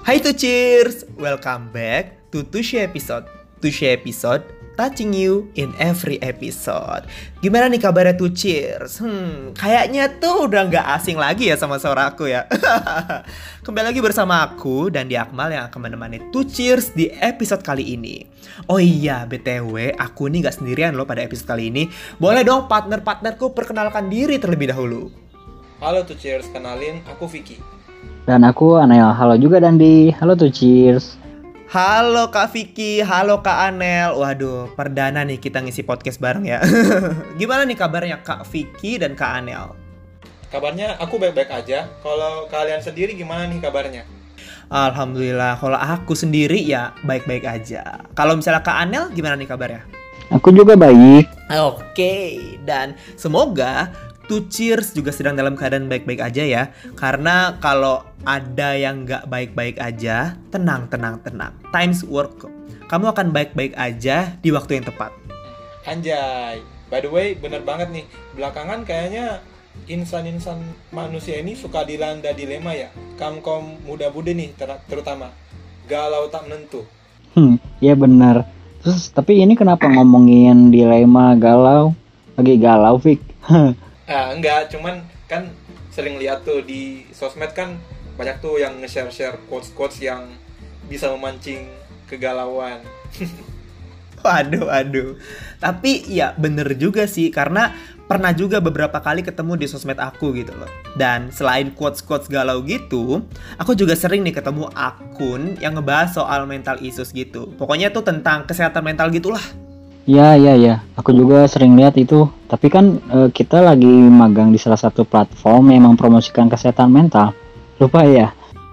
Hai to cheers, welcome back to Tushy episode. Tushy episode, touching you in every episode. Gimana nih kabarnya to cheers? Kayaknya tuh udah nggak asing lagi ya sama suara aku ya. Kembali lagi bersama aku dan di Akmal yang akan menemani to cheers di episode kali ini. Oh iya, BTW, aku nih nggak sendirian loh pada episode kali ini. Boleh dong partner-partnerku perkenalkan diri terlebih dahulu. Halo to cheers, kenalin aku Vicky. Dan aku Anel. Halo juga Dandi. Halo to cheers. Halo Kak Vicky, halo Kak Anel. Waduh, perdana nih kita ngisi podcast bareng ya. Gimana nih kabarnya Kak Vicky dan Kak Anel? Kabarnya aku baik-baik aja. Kalau kalian sendiri gimana nih kabarnya? Alhamdulillah, kalau aku sendiri ya baik-baik aja. Kalau misalnya Kak Anel gimana nih kabarnya? Aku juga baik. Oke, dan semoga to cheers juga sedang dalam keadaan baik-baik aja ya. Karena kalau ada yang nggak baik-baik aja, tenang. Times work. Kamu akan baik-baik aja di waktu yang tepat. Anjay. By the way, bener banget nih. Belakangan kayaknya insan-insan manusia ini suka dilanda dilema ya. Kaum muda-mudi nih terutama. Galau tak menentu. Ya benar. Terus tapi ini kenapa ngomongin dilema galau? Lagi galau, Vic? Enggak, cuman kan sering lihat tuh di sosmed kan banyak tuh yang nge-share quotes-quotes yang bisa memancing kegalauan. Waduh. Tapi ya bener juga sih, karena pernah juga beberapa kali ketemu di sosmed aku gitu loh. Dan selain quotes-quotes galau gitu, aku juga sering nih ketemu akun yang ngebahas soal mental issues gitu. Pokoknya tuh tentang kesehatan mental gitulah. Ya. Aku juga sering lihat itu. Tapi kan kita lagi magang di salah satu platform yang mempromosikan kesehatan mental. Lupa ya?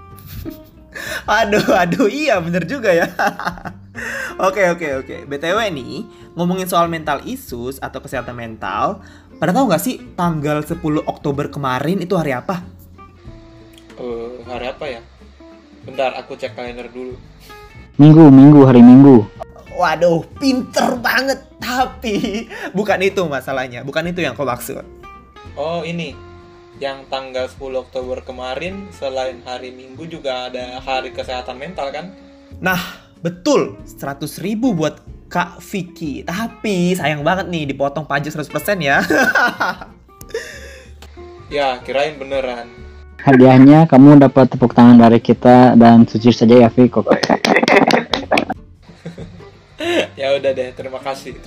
Aduh, iya bener juga ya. Oke. BTW nih, ngomongin soal mental issues atau kesehatan mental, pada tahu nggak sih tanggal 10 Oktober kemarin itu hari apa? Hari apa ya? Bentar, aku cek kalender dulu. Hari Minggu. Waduh, pinter banget. Tapi bukan itu masalahnya. Bukan itu yang kau maksud. Oh ini, yang tanggal 10 Oktober kemarin selain hari Minggu juga ada hari kesehatan mental kan? Nah, betul. 100.000 buat Kak Vicky. Tapi sayang banget nih dipotong pajak 100% ya. Ya, kirain beneran. Hadiahnya kamu dapat tepuk tangan dari kita dan suci saja ya, Vic. Oke. Ya udah deh, terima kasih.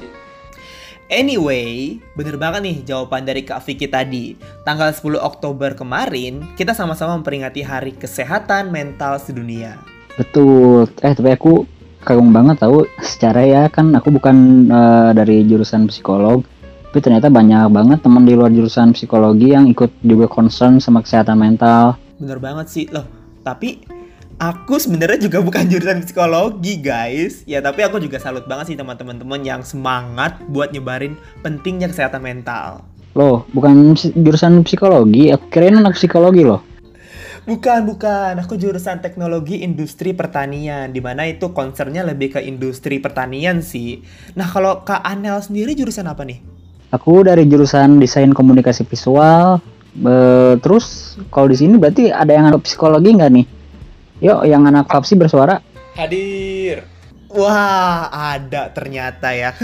Anyway, bener banget nih jawaban dari Kak Vicky tadi. Tanggal 10 Oktober kemarin, kita sama-sama memperingati Hari Kesehatan Mental Sedunia. Betul. Tapi aku kagum banget tahu. Secara ya kan aku bukan dari jurusan psikolog, tapi ternyata banyak banget teman di luar jurusan psikologi yang ikut juga concern sama kesehatan mental. Bener banget sih loh. Tapi aku sebenarnya juga bukan jurusan psikologi guys. Ya tapi aku juga salut banget sih teman-teman yang semangat buat nyebarin pentingnya kesehatan mental. Loh, bukan jurusan psikologi? Aku kirain anak psikologi loh. Bukan. Aku jurusan teknologi industri pertanian. Dimana itu concernnya lebih ke industri pertanian sih. Nah kalau Kak Anel sendiri jurusan apa nih? Aku dari jurusan desain komunikasi visual. Terus kalau di sini berarti ada yang anak psikologi nggak nih? Yuk, yang anak FAPSI bersuara. Hadir. Wah, ada ternyata ya.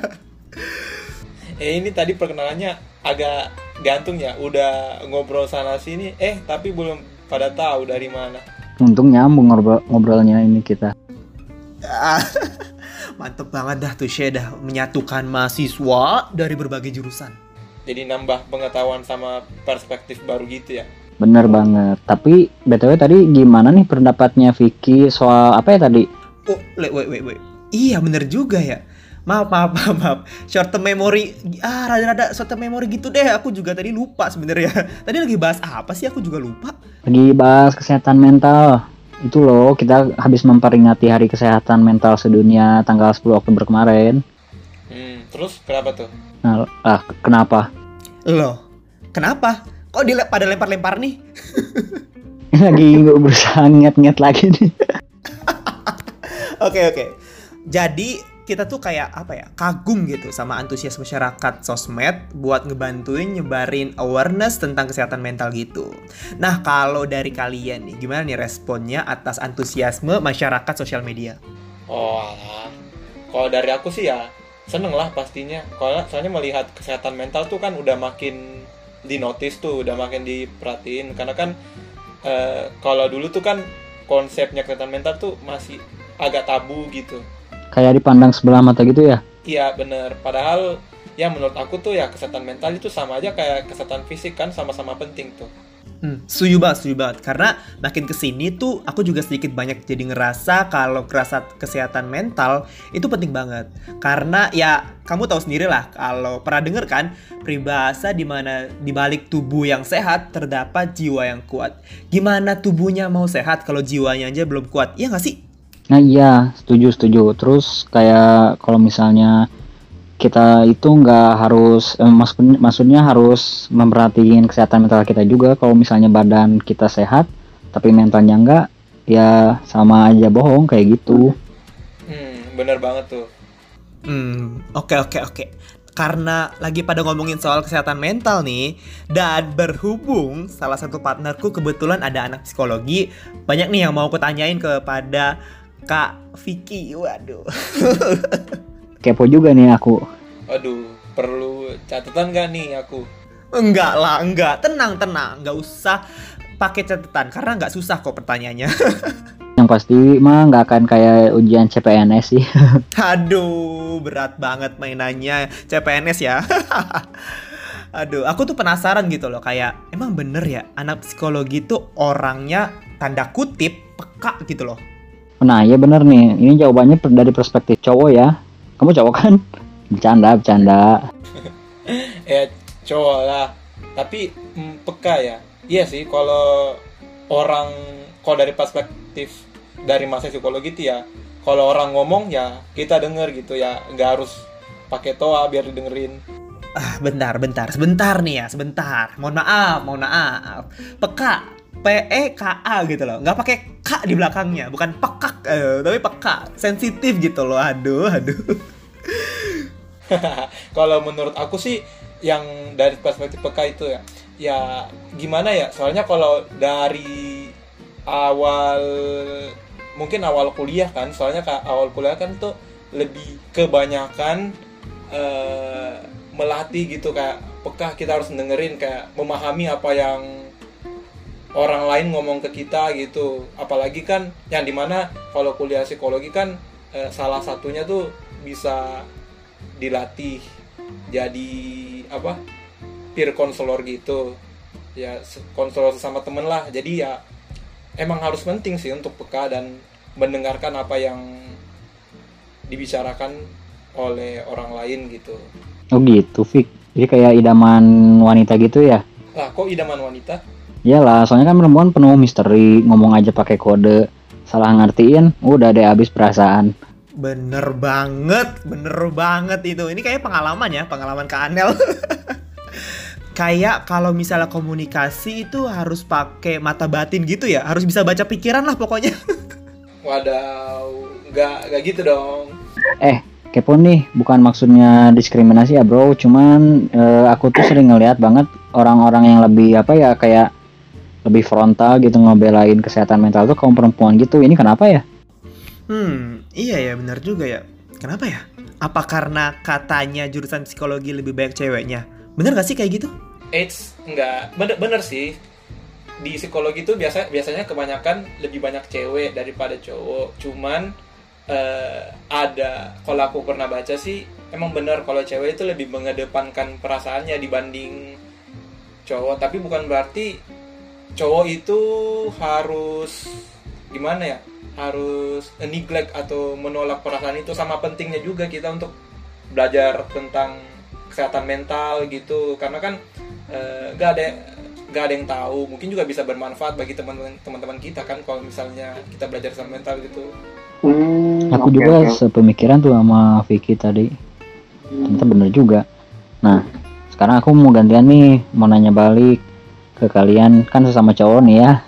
Ini tadi perkenalannya agak gantung ya. Udah ngobrol sana sini. Tapi belum pada tahu dari mana. Untung nyambung ngobrolnya ini kita. Mantep banget dah tuh dah menyatukan mahasiswa dari berbagai jurusan. Jadi nambah pengetahuan sama perspektif baru gitu ya. Bener banget. Tapi BTW tadi gimana nih pendapatnya Vicky soal apa ya tadi? Oh, wait. Iya bener juga ya. Maaf. Short term memory. Rada short term memory gitu deh. Aku juga tadi lupa sebenarnya. Tadi lagi bahas apa sih? Aku juga lupa. Lagi bahas kesehatan mental. Itu loh, kita habis memperingati Hari Kesehatan Mental Sedunia tanggal 10 Oktober kemarin. Terus kenapa tuh? Kenapa? Loh, kenapa? Kok pada lempar-lempar nih? Lagi berusaha nget-nget lagi nih. Oke. Jadi kita tuh kayak apa ya, kagum gitu sama antusias masyarakat sosmed buat ngebantuin nyebarin awareness tentang kesehatan mental gitu. Nah, kalau dari kalian nih, gimana nih responnya atas antusiasme masyarakat sosial media? Oh alah, kalau dari aku sih ya seneng lah pastinya. Soalnya melihat kesehatan mental tuh kan udah makin dinotis tuh, udah makin diperhatiin. Karena kan kalau dulu tuh kan konsepnya kesehatan mental tuh masih agak tabu gitu. Kayak dipandang sebelah mata gitu ya. Iya bener, padahal ya menurut aku tuh ya kesehatan mental itu sama aja kayak kesehatan fisik kan, sama-sama penting tuh. Setuju banget. Karena makin kesini tuh aku juga sedikit banyak jadi ngerasa kalau kesehatan mental itu penting banget. Karena ya kamu tahu sendiri lah, kalau pernah denger kan peribahasa di mana di balik tubuh yang sehat terdapat jiwa yang kuat. Gimana tubuhnya mau sehat kalau jiwanya aja belum kuat? Iya nggak sih? Nah iya, setuju. Terus kayak kalau misalnya kita itu nggak harus, maksudnya harus memperhatiin kesehatan mental kita juga. Kalau misalnya badan kita sehat, tapi mentalnya enggak, ya sama aja bohong kayak gitu. Bener banget tuh. Oke. Karena lagi pada ngomongin soal kesehatan mental nih, dan berhubung salah satu partnerku kebetulan ada anak psikologi, banyak nih yang mau aku tanyain kepada Kak Vicky. Waduh. Kepo juga nih aku. Aduh, perlu catatan gak nih aku? Enggak. Tenang. Nggak usah pakai catatan, karena nggak susah kok pertanyaannya. Yang pasti mah nggak akan kayak ujian CPNS sih. Aduh, berat banget mainannya CPNS ya. Aduh, aku tuh penasaran gitu loh, kayak emang bener ya anak psikologi tuh orangnya tanda kutip peka gitu loh. Nah ya bener nih, ini jawabannya dari perspektif cowok ya. Kamu cowok kan? Bercanda. Ya cowok lah, tapi peka ya. Iya sih, kalau dari perspektif dari masa psikologi itu ya, kalau orang ngomong ya kita denger gitu ya, nggak harus pakai toa biar didengerin. Sebentar nih ya, sebentar. Mohon maaf. Peka, PEKA gitu loh, nggak pakai K di belakangnya, bukan pekak, tapi peka, sensitif gitu loh. Aduh. Kalau menurut aku sih yang dari perspektif peka itu ya gimana ya, soalnya kalau dari mungkin awal kuliah kan, soalnya awal kuliah kan tuh lebih kebanyakan melatih gitu, kayak peka, kita harus dengerin, kayak memahami apa yang orang lain ngomong ke kita gitu. Apalagi kan yang dimana kalau kuliah psikologi kan salah satunya tuh bisa dilatih jadi peer counselor gitu ya, konselor sesama temen lah. Jadi ya emang harus penting sih untuk peka dan mendengarkan apa yang dibicarakan oleh orang lain gitu. Oh gitu, Fik. Jadi kayak idaman wanita gitu ya? Lah kok idaman wanita? Iyalah, soalnya kan perempuan penuh misteri, ngomong aja pakai kode, salah ngertiin, udah deh habis perasaan. Bener banget itu. Ini kayak pengalaman Kak Anel. Kayak kalau misalnya komunikasi itu harus pakai mata batin gitu ya, harus bisa baca pikiran lah pokoknya. Wadaw, nggak gitu dong. Kepo nih, bukan maksudnya diskriminasi ya bro, cuman aku tuh sering ngeliat banget orang-orang yang lebih kayak lebih frontal gitu ngebelain kesehatan mental tuh kaum perempuan gitu. Ini kenapa ya? Iya ya, benar juga ya. Kenapa ya? Apa karena katanya jurusan psikologi lebih banyak ceweknya? Bener gak sih kayak gitu? Enggak, bener sih. Di psikologi tuh biasanya kebanyakan lebih banyak cewek daripada cowok. Cuman kalau aku pernah baca sih, emang bener kalau cewek itu lebih mengedepankan perasaannya dibanding cowok. Tapi bukan berarti cowok itu harus gimana ya, harus neglect atau menolak perasaan itu. Sama pentingnya juga kita untuk belajar tentang kesehatan mental gitu, karena kan gak ada yang tahu. Mungkin juga bisa bermanfaat bagi teman-teman kita kan kalau misalnya kita belajar kesehatan mental gitu. Aku juga sepemikiran tuh sama Vicky tadi. Ternyata bener juga. Nah, sekarang aku mau gantian nih, mau nanya balik ke kalian, kan sesama cowok nih ya.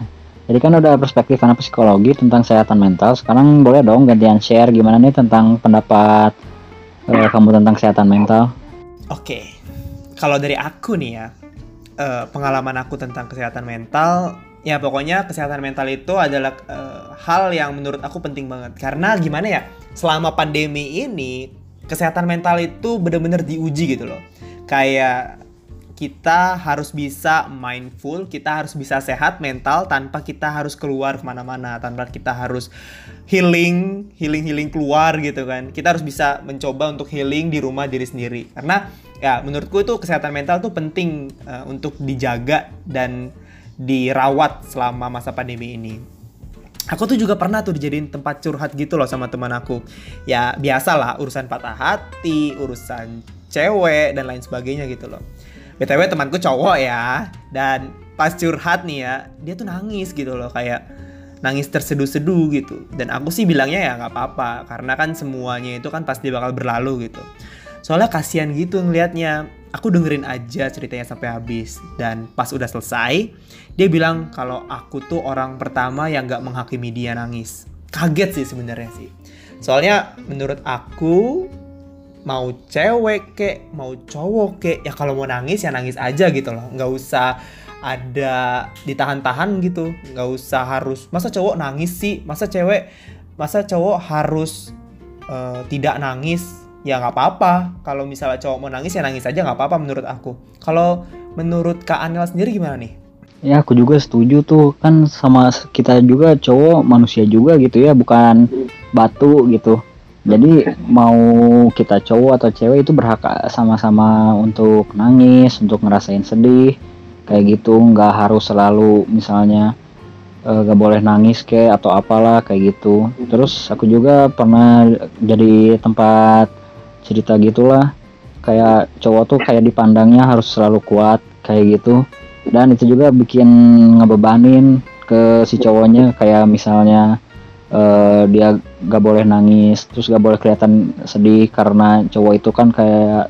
Jadi kan udah perspektif anak psikologi tentang kesehatan mental. Sekarang boleh dong gantian share gimana nih tentang pendapat kamu tentang kesehatan mental. Oke, kalau dari aku nih ya, pengalaman aku tentang kesehatan mental, ya pokoknya kesehatan mental itu adalah hal yang menurut aku penting banget. Karena gimana ya, selama pandemi ini, kesehatan mental itu benar-benar diuji gitu loh. Kayak kita harus bisa mindful, kita harus bisa sehat mental tanpa kita harus keluar kemana-mana, tanpa kita harus healing keluar gitu kan. Kita harus bisa mencoba untuk healing di rumah diri sendiri. Karena ya menurutku itu kesehatan mental tuh penting untuk dijaga dan dirawat selama masa pandemi ini. Aku tuh juga pernah tuh dijadiin tempat curhat gitu loh sama teman aku. Ya biasalah urusan patah hati, urusan cewek dan lain sebagainya gitu loh. BTW temanku cowok ya, dan pas curhat nih ya, dia tuh nangis gitu loh, kayak nangis terseduh-seduh gitu. Dan aku sih bilangnya ya nggak apa-apa, karena kan semuanya itu kan pasti bakal berlalu gitu. Soalnya kasihan gitu ngelihatnya. Aku dengerin aja ceritanya sampai habis, dan pas udah selesai, dia bilang kalau aku tuh orang pertama yang nggak menghakimi dia nangis. Kaget sih sebenarnya sih. Soalnya menurut aku, mau cewek kek, mau cowok kek, ya kalau mau nangis ya nangis aja gitu loh. Nggak usah ada ditahan-tahan gitu. Nggak usah harus, masa cowok nangis sih? Masa cowok harus tidak nangis? Ya nggak apa-apa. Kalau misalnya cowok mau nangis ya nangis aja, nggak apa-apa menurut aku. Kalau menurut Kak Anel sendiri gimana nih? Ya aku juga setuju tuh, kan sama kita juga cowok manusia juga gitu ya, bukan batu gitu. Jadi mau kita cowok atau cewek itu berhak sama-sama untuk nangis, untuk ngerasain sedih, kayak gitu. Nggak harus selalu misalnya nggak boleh nangis kayak atau apalah kayak gitu. Terus aku juga pernah jadi tempat cerita gitulah, kayak cowok tuh kayak dipandangnya harus selalu kuat kayak gitu. Dan itu juga bikin ngebebanin ke si cowoknya, kayak misalnya dia gak boleh nangis, terus gak boleh kelihatan sedih karena cowok itu kan kayak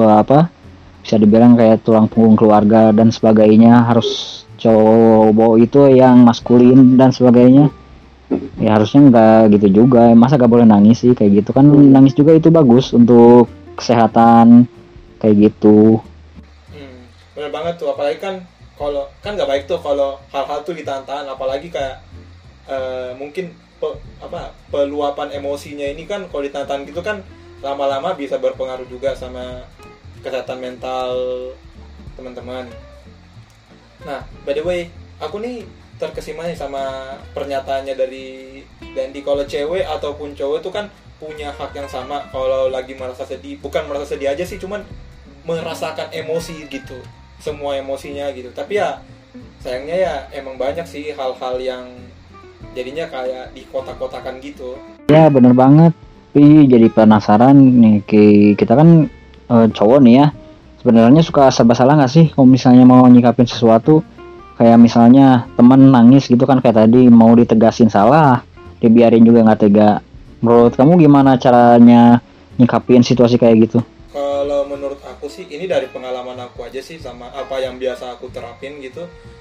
bisa dibilang kayak tulang punggung keluarga dan sebagainya. Harus cowok itu yang maskulin dan sebagainya. Ya harusnya nggak gitu juga, masa gak boleh nangis sih kayak gitu kan. Nangis juga itu bagus untuk kesehatan kayak gitu. Bener banget tuh, apalagi kan kalau kan nggak baik tuh kalau hal-hal tuh ditahan-tahan, apalagi kayak mungkin peluapan emosinya ini kan kalau ditahan-tahan gitu kan lama-lama bisa berpengaruh juga sama kesehatan mental teman-teman. Nah, by the way, aku nih terkesima nih sama pernyataannya dari Dandi, kalau cewek ataupun cowok itu kan punya hak yang sama kalau lagi merasa sedih. Bukan merasa sedih aja sih, cuman merasakan emosi gitu, semua emosinya gitu. Tapi ya sayangnya ya emang banyak sih hal-hal yang jadinya kayak di kotak-kotakan gitu. Ya bener banget. Tapi jadi penasaran nih, kita kan cowok nih ya, sebenarnya suka serba salah nggak sih kalau misalnya mau nyikapin sesuatu. Kayak misalnya temen nangis gitu kan, kayak tadi mau ditegasin salah, dibiarin juga nggak tega. Menurut kamu gimana caranya nyikapin situasi kayak gitu? Kalau menurut aku sih, ini dari pengalaman aku aja sih sama apa yang biasa aku terapin gitu.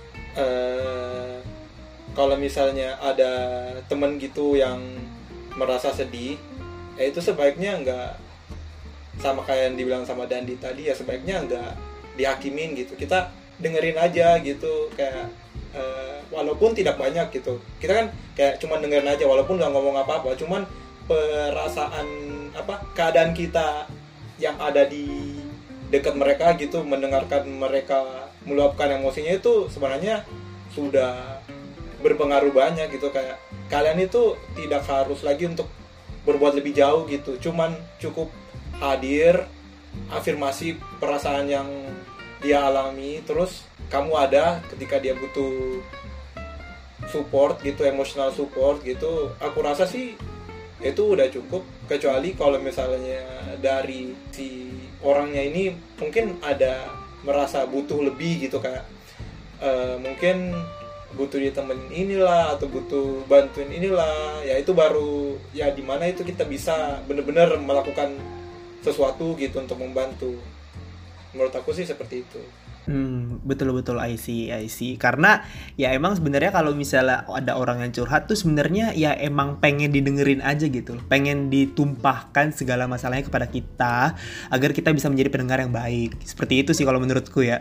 Kalau misalnya ada temen gitu yang merasa sedih, ya itu sebaiknya nggak, sama kayak yang dibilang sama Dandi tadi, ya sebaiknya nggak dihakimin gitu. Kita dengerin aja gitu, kayak walaupun tidak banyak gitu. Kita kan kayak cuman dengerin aja walaupun nggak ngomong apa-apa, cuman perasaan keadaan kita yang ada di dekat mereka gitu, mendengarkan mereka meluapkan emosinya itu sebenarnya sudah berpengaruh banyak gitu. Kayak kalian itu tidak harus lagi untuk berbuat lebih jauh gitu, cuman cukup hadir, afirmasi perasaan yang dia alami, terus kamu ada ketika dia butuh support gitu, emotional support gitu. Aku rasa sih itu udah cukup. Kecuali kalau misalnya dari si orangnya ini mungkin ada merasa butuh lebih gitu, kayak mungkin butuh ditemenin inilah atau butuh bantuin inilah, ya itu baru ya dimana itu kita bisa benar-benar melakukan sesuatu gitu untuk membantu. Menurut aku sih seperti itu. Betul-betul I see. Karena ya emang sebenarnya kalau misalnya ada orang yang curhat tuh sebenarnya ya emang pengen didengerin aja gitu. Pengen ditumpahkan segala masalahnya kepada kita agar kita bisa menjadi pendengar yang baik. Seperti itu sih kalau menurutku ya.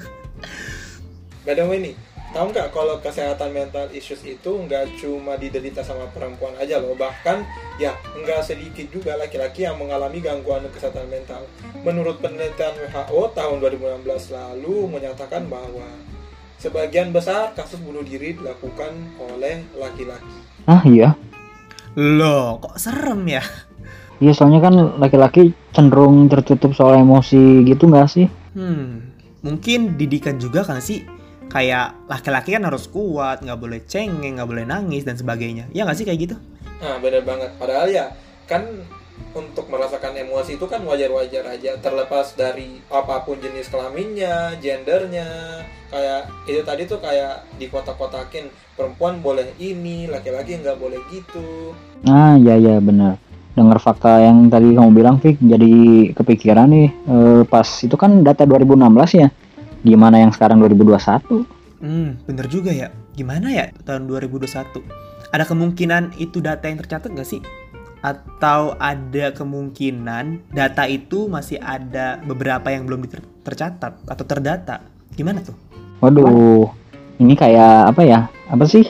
By the way nih, tahu nggak kalau kesehatan mental issues itu nggak cuma diderita sama perempuan aja loh, bahkan ya nggak sedikit juga laki-laki yang mengalami gangguan kesehatan mental. Menurut penelitian WHO tahun 2016 lalu menyatakan bahwa sebagian besar kasus bunuh diri dilakukan oleh laki-laki. Ah iya, Loh, kok serem ya? iya soalnya kan laki-laki cenderung tertutup soal emosi gitu nggak sih? Mungkin didikan juga kan sih? Kayak laki-laki kan harus kuat, nggak boleh cengeng, nggak boleh nangis dan sebagainya. Ya nggak sih kayak gitu? Nah, bener banget. Padahal ya, kan untuk merasakan emosi itu kan wajar-wajar aja, terlepas dari apapun jenis kelaminnya, gendernya. Kayak itu tadi tuh kayak di kotak-kotakin, perempuan boleh ini, laki-laki nggak boleh gitu. Ah iya benar. Dengar fakta yang tadi kamu bilang, Fik, jadi kepikiran nih. Pas itu kan data 2016 ya. Gimana yang sekarang 2021? Bener juga ya. Gimana ya tahun 2021? Ada kemungkinan itu data yang tercatat nggak sih? Atau ada kemungkinan data itu masih ada beberapa yang belum tercatat atau terdata? Gimana tuh? Waduh, ini kayak apa ya? Apa sih?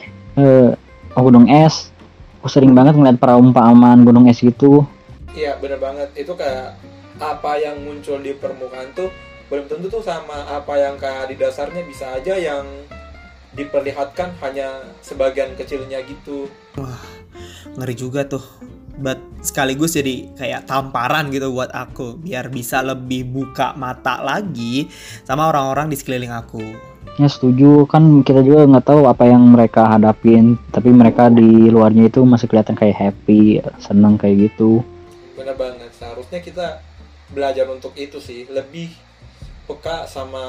Gunung es. Aku sering banget ngeliat perumpamaan gunung es gitu. Iya, bener banget. Itu kayak apa yang muncul di permukaan tuh belum tentu tuh sama apa yang kayak di dasarnya, bisa aja yang diperlihatkan hanya sebagian kecilnya gitu. Wah, ngeri juga tuh. But sekaligus jadi kayak tamparan gitu buat aku biar bisa lebih buka mata lagi sama orang-orang di sekeliling aku. Ya setuju, kan kita juga nggak tahu apa yang mereka hadapin, tapi mereka di luarnya itu masih kelihatan kayak happy, seneng kayak gitu. Bener banget. Seharusnya kita belajar untuk itu sih, lebih peka sama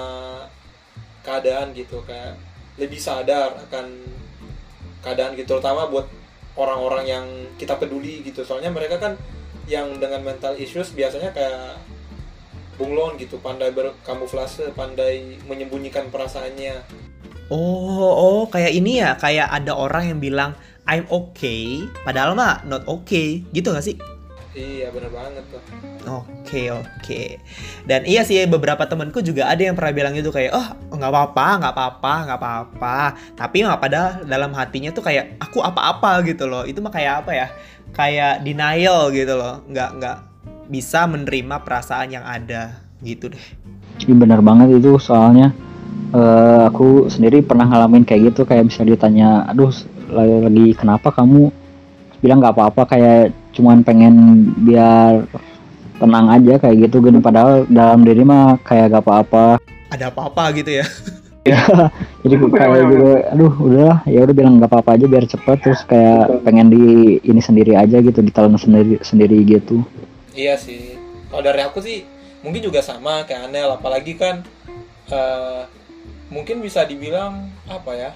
keadaan gitu, kayak lebih sadar akan keadaan gitu, terutama buat orang-orang yang kita peduli gitu. Soalnya mereka kan yang dengan mental issues biasanya kayak bunglon gitu, pandai berkamuflase, pandai menyembunyikan perasaannya. Oh, kayak ini ya, kayak ada orang yang bilang I'm okay, padahal mah not okay, gitu gak sih? Iya, bener banget tuh. Oke. Dan iya sih, beberapa temanku juga ada yang pernah bilang gitu kayak, oh nggak apa-apa. Tapi mah pada dalam hatinya tuh kayak aku apa-apa gitu loh. Itu mah kayak apa ya? Kayak denial gitu loh. Nggak bisa menerima perasaan yang ada gitu deh. Ini benar banget itu, soalnya aku sendiri pernah ngalamin kayak gitu, kayak bisa ditanya, aduh lagi kenapa kamu, bilang nggak apa-apa, kayak cuman pengen biar tenang aja kayak gitu gini, padahal dalam diri mah kayak gak apa-apa. Ada apa-apa gitu ya. Jadi kayak gitu, aduh udahlah, ya udah bilang nggak apa-apa aja biar cepet, terus kayak pengen di ini sendiri aja gitu, ditelan sendiri gitu. Iya sih, kalau dari aku sih mungkin juga sama kayak Anel, apalagi kan mungkin bisa dibilang apa ya,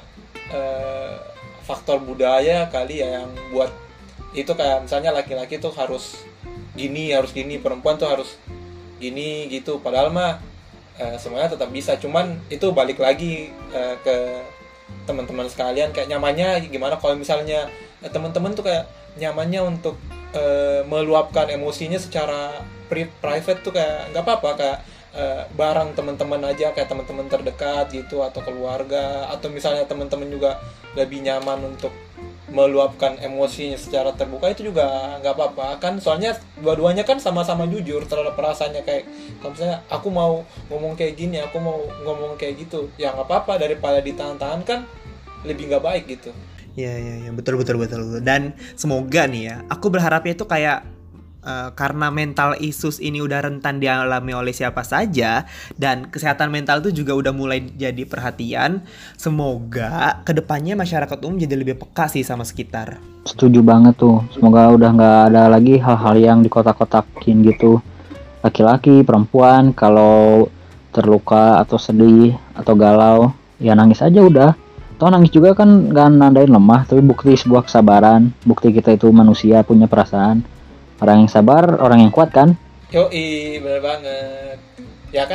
faktor budaya kali ya yang buat itu, kayak misalnya laki-laki tuh harus gini, perempuan tuh harus gini gitu, padahal mah semuanya tetap bisa. Cuman itu balik lagi ke teman-teman sekalian, kayak nyamannya gimana. Kalau misalnya teman-teman tuh kayak nyamannya untuk meluapkan emosinya secara private tuh kayak nggak apa-apa, kayak bareng teman-teman aja, kayak teman-teman terdekat gitu, atau keluarga, atau misalnya teman-teman juga lebih nyaman untuk meluapkan emosinya secara terbuka, itu juga nggak apa-apa kan. Soalnya dua-duanya kan sama-sama jujur terhadap perasaannya. Kayak kalau misalnya aku mau ngomong kayak gini, aku mau ngomong kayak gitu, ya nggak apa-apa, daripada ditahan-tahan kan lebih nggak baik gitu. Ya, betul. Dan semoga nih ya, aku berharapnya itu kayak karena mental issues ini udah rentan dialami oleh siapa saja, dan kesehatan mental itu juga udah mulai jadi perhatian. Semoga kedepannya masyarakat umum jadi lebih peka sih sama sekitar. Setuju banget tuh, semoga udah nggak ada lagi hal-hal yang dikotak-kotakin gitu. Laki-laki, perempuan, kalau terluka atau sedih atau galau, ya nangis aja udah. Toh nangis juga kan nggak nandain lemah, tapi bukti sebuah kesabaran, bukti kita itu manusia punya perasaan. Orang yang sabar, orang yang kuat kan? Yoi, bener banget. Ya kan,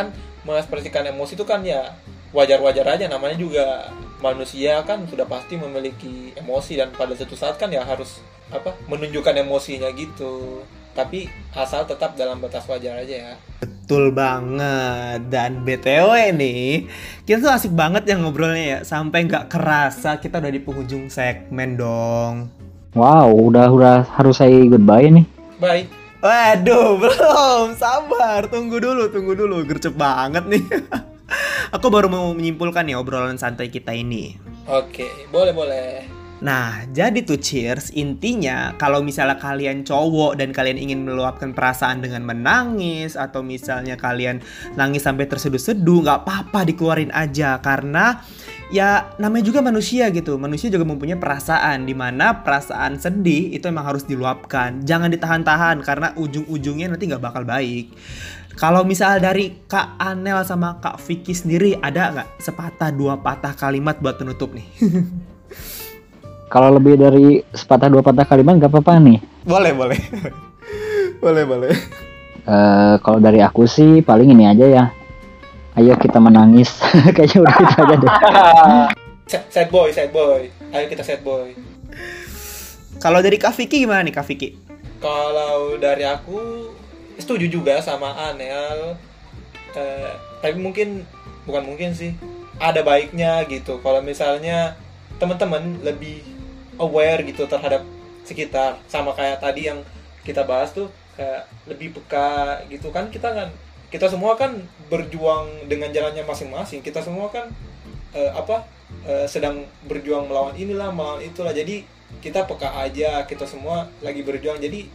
mengekspresikan emosi itu kan ya wajar-wajar aja, namanya juga manusia kan sudah pasti memiliki emosi dan pada suatu saat kan ya harus menunjukkan emosinya gitu. Tapi asal tetap dalam batas wajar aja ya. Betul banget. Dan BTW nih, kita tuh asik banget ya ngobrolnya ya. Sampai nggak kerasa kita udah di penghujung segmen dong. Wow, udah harus say goodbye nih. Bye. Waduh, belum. Sabar, tunggu dulu. Gercep banget nih. Aku baru mau menyimpulkan nih obrolan santai kita ini. Oke, boleh. Nah, jadi tuh cheers, intinya kalau misalnya kalian cowok dan kalian ingin meluapkan perasaan dengan menangis, atau misalnya kalian nangis sampai terseduh-seduh, nggak apa-apa, dikeluarin aja. Karena ya namanya juga manusia gitu, manusia juga mempunyai perasaan, dimana perasaan sedih itu emang harus diluapkan. Jangan ditahan-tahan, karena ujung-ujungnya nanti nggak bakal baik. Kalau misal dari Kak Anel sama Kak Vicky sendiri, ada nggak sepatah dua patah kalimat buat penutup nih? Kalau lebih dari sepatah dua patah kalimat nggak apa-apa nih. Boleh. Kalau dari aku sih paling ini aja ya. Ayo kita menangis. Kayaknya udah itu aja deh. Sad boy. Ayo kita sad boy. Kalau dari Kak Vicky gimana nih Kak Vicky? Kalau dari aku setuju juga sama Anel. Tapi bukan mungkin sih. Ada baiknya gitu. Kalau misalnya teman-teman lebih aware gitu terhadap sekitar, sama kayak tadi yang kita bahas tuh, kayak lebih peka gitu kan. Kita semua kan berjuang dengan jalannya masing-masing. Kita semua kan sedang berjuang melawan inilah, melawan itulah. Jadi kita peka aja, kita semua lagi berjuang. Jadi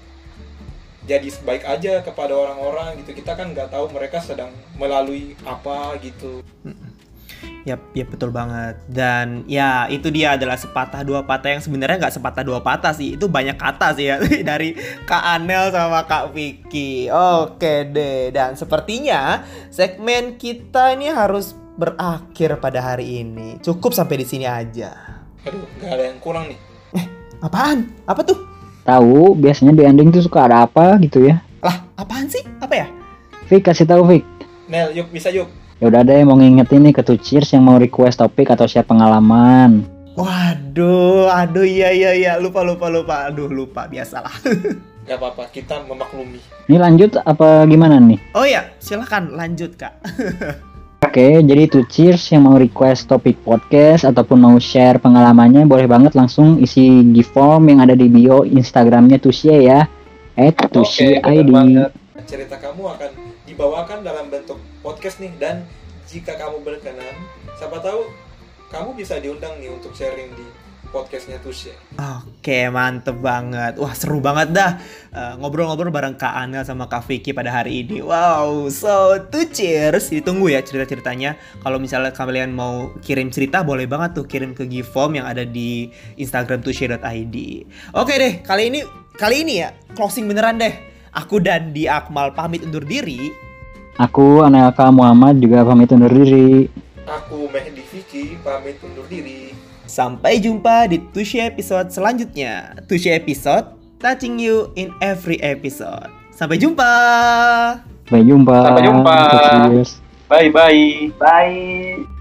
baik aja kepada orang-orang gitu. Kita kan nggak tahu mereka sedang melalui apa gitu. Yap, betul banget. Dan ya itu dia adalah sepatah dua patah yang sebenarnya nggak sepatah dua patah sih. Itu banyak kata sih ya dari Kak Anel sama Kak Vicky. Oke deh. Dan sepertinya segmen kita ini harus berakhir pada hari ini. Cukup sampai di sini aja. Aduh, nggak ada yang kurang nih. Apaan? Apa tuh? Tahu, biasanya di ending tuh suka ada apa gitu ya. Lah, apaan sih? Apa ya? Vic, kasih tahu Vic. Nel, yuk bisa yuk. Ya udah deh, mau ngingetin nih ke Cheers yang mau request topik atau share pengalaman. Waduh, iya, lupa. Aduh, lupa, biasalah. Gak apa-apa, kita memaklumi. Ini lanjut apa gimana nih? Oh iya, silakan lanjut Kak. Oke, jadi Cheers yang mau request topik podcast ataupun mau share pengalamannya, boleh banget langsung isi gift form yang ada di bio Instagramnya Tushie ya. @tushie_id. Cerita kamu akan dibawakan dalam bentuk podcast nih, dan jika kamu berkenan, siapa tahu kamu bisa diundang nih untuk sharing di podcastnya Tushie. Oke, mantep banget. Wah, seru banget dah ngobrol-ngobrol bareng Kak Anel sama Kak Vicky pada hari ini. Wow, so Cheers, ditunggu ya cerita-ceritanya. Kalau misalnya kalian mau kirim cerita, boleh banget tuh kirim ke gift form yang ada di Instagram tushie.id. Oke deh, kali ini ya closing beneran deh. Aku dan Di Akmal pamit undur diri. Aku Anelka Muhammad juga pamit undur diri. Aku Mehdi Vicky pamit undur diri. Sampai jumpa di Tushie episode selanjutnya. Tushie episode, touching you in every episode. Sampai jumpa. Sampai jumpa. Bye. Bye.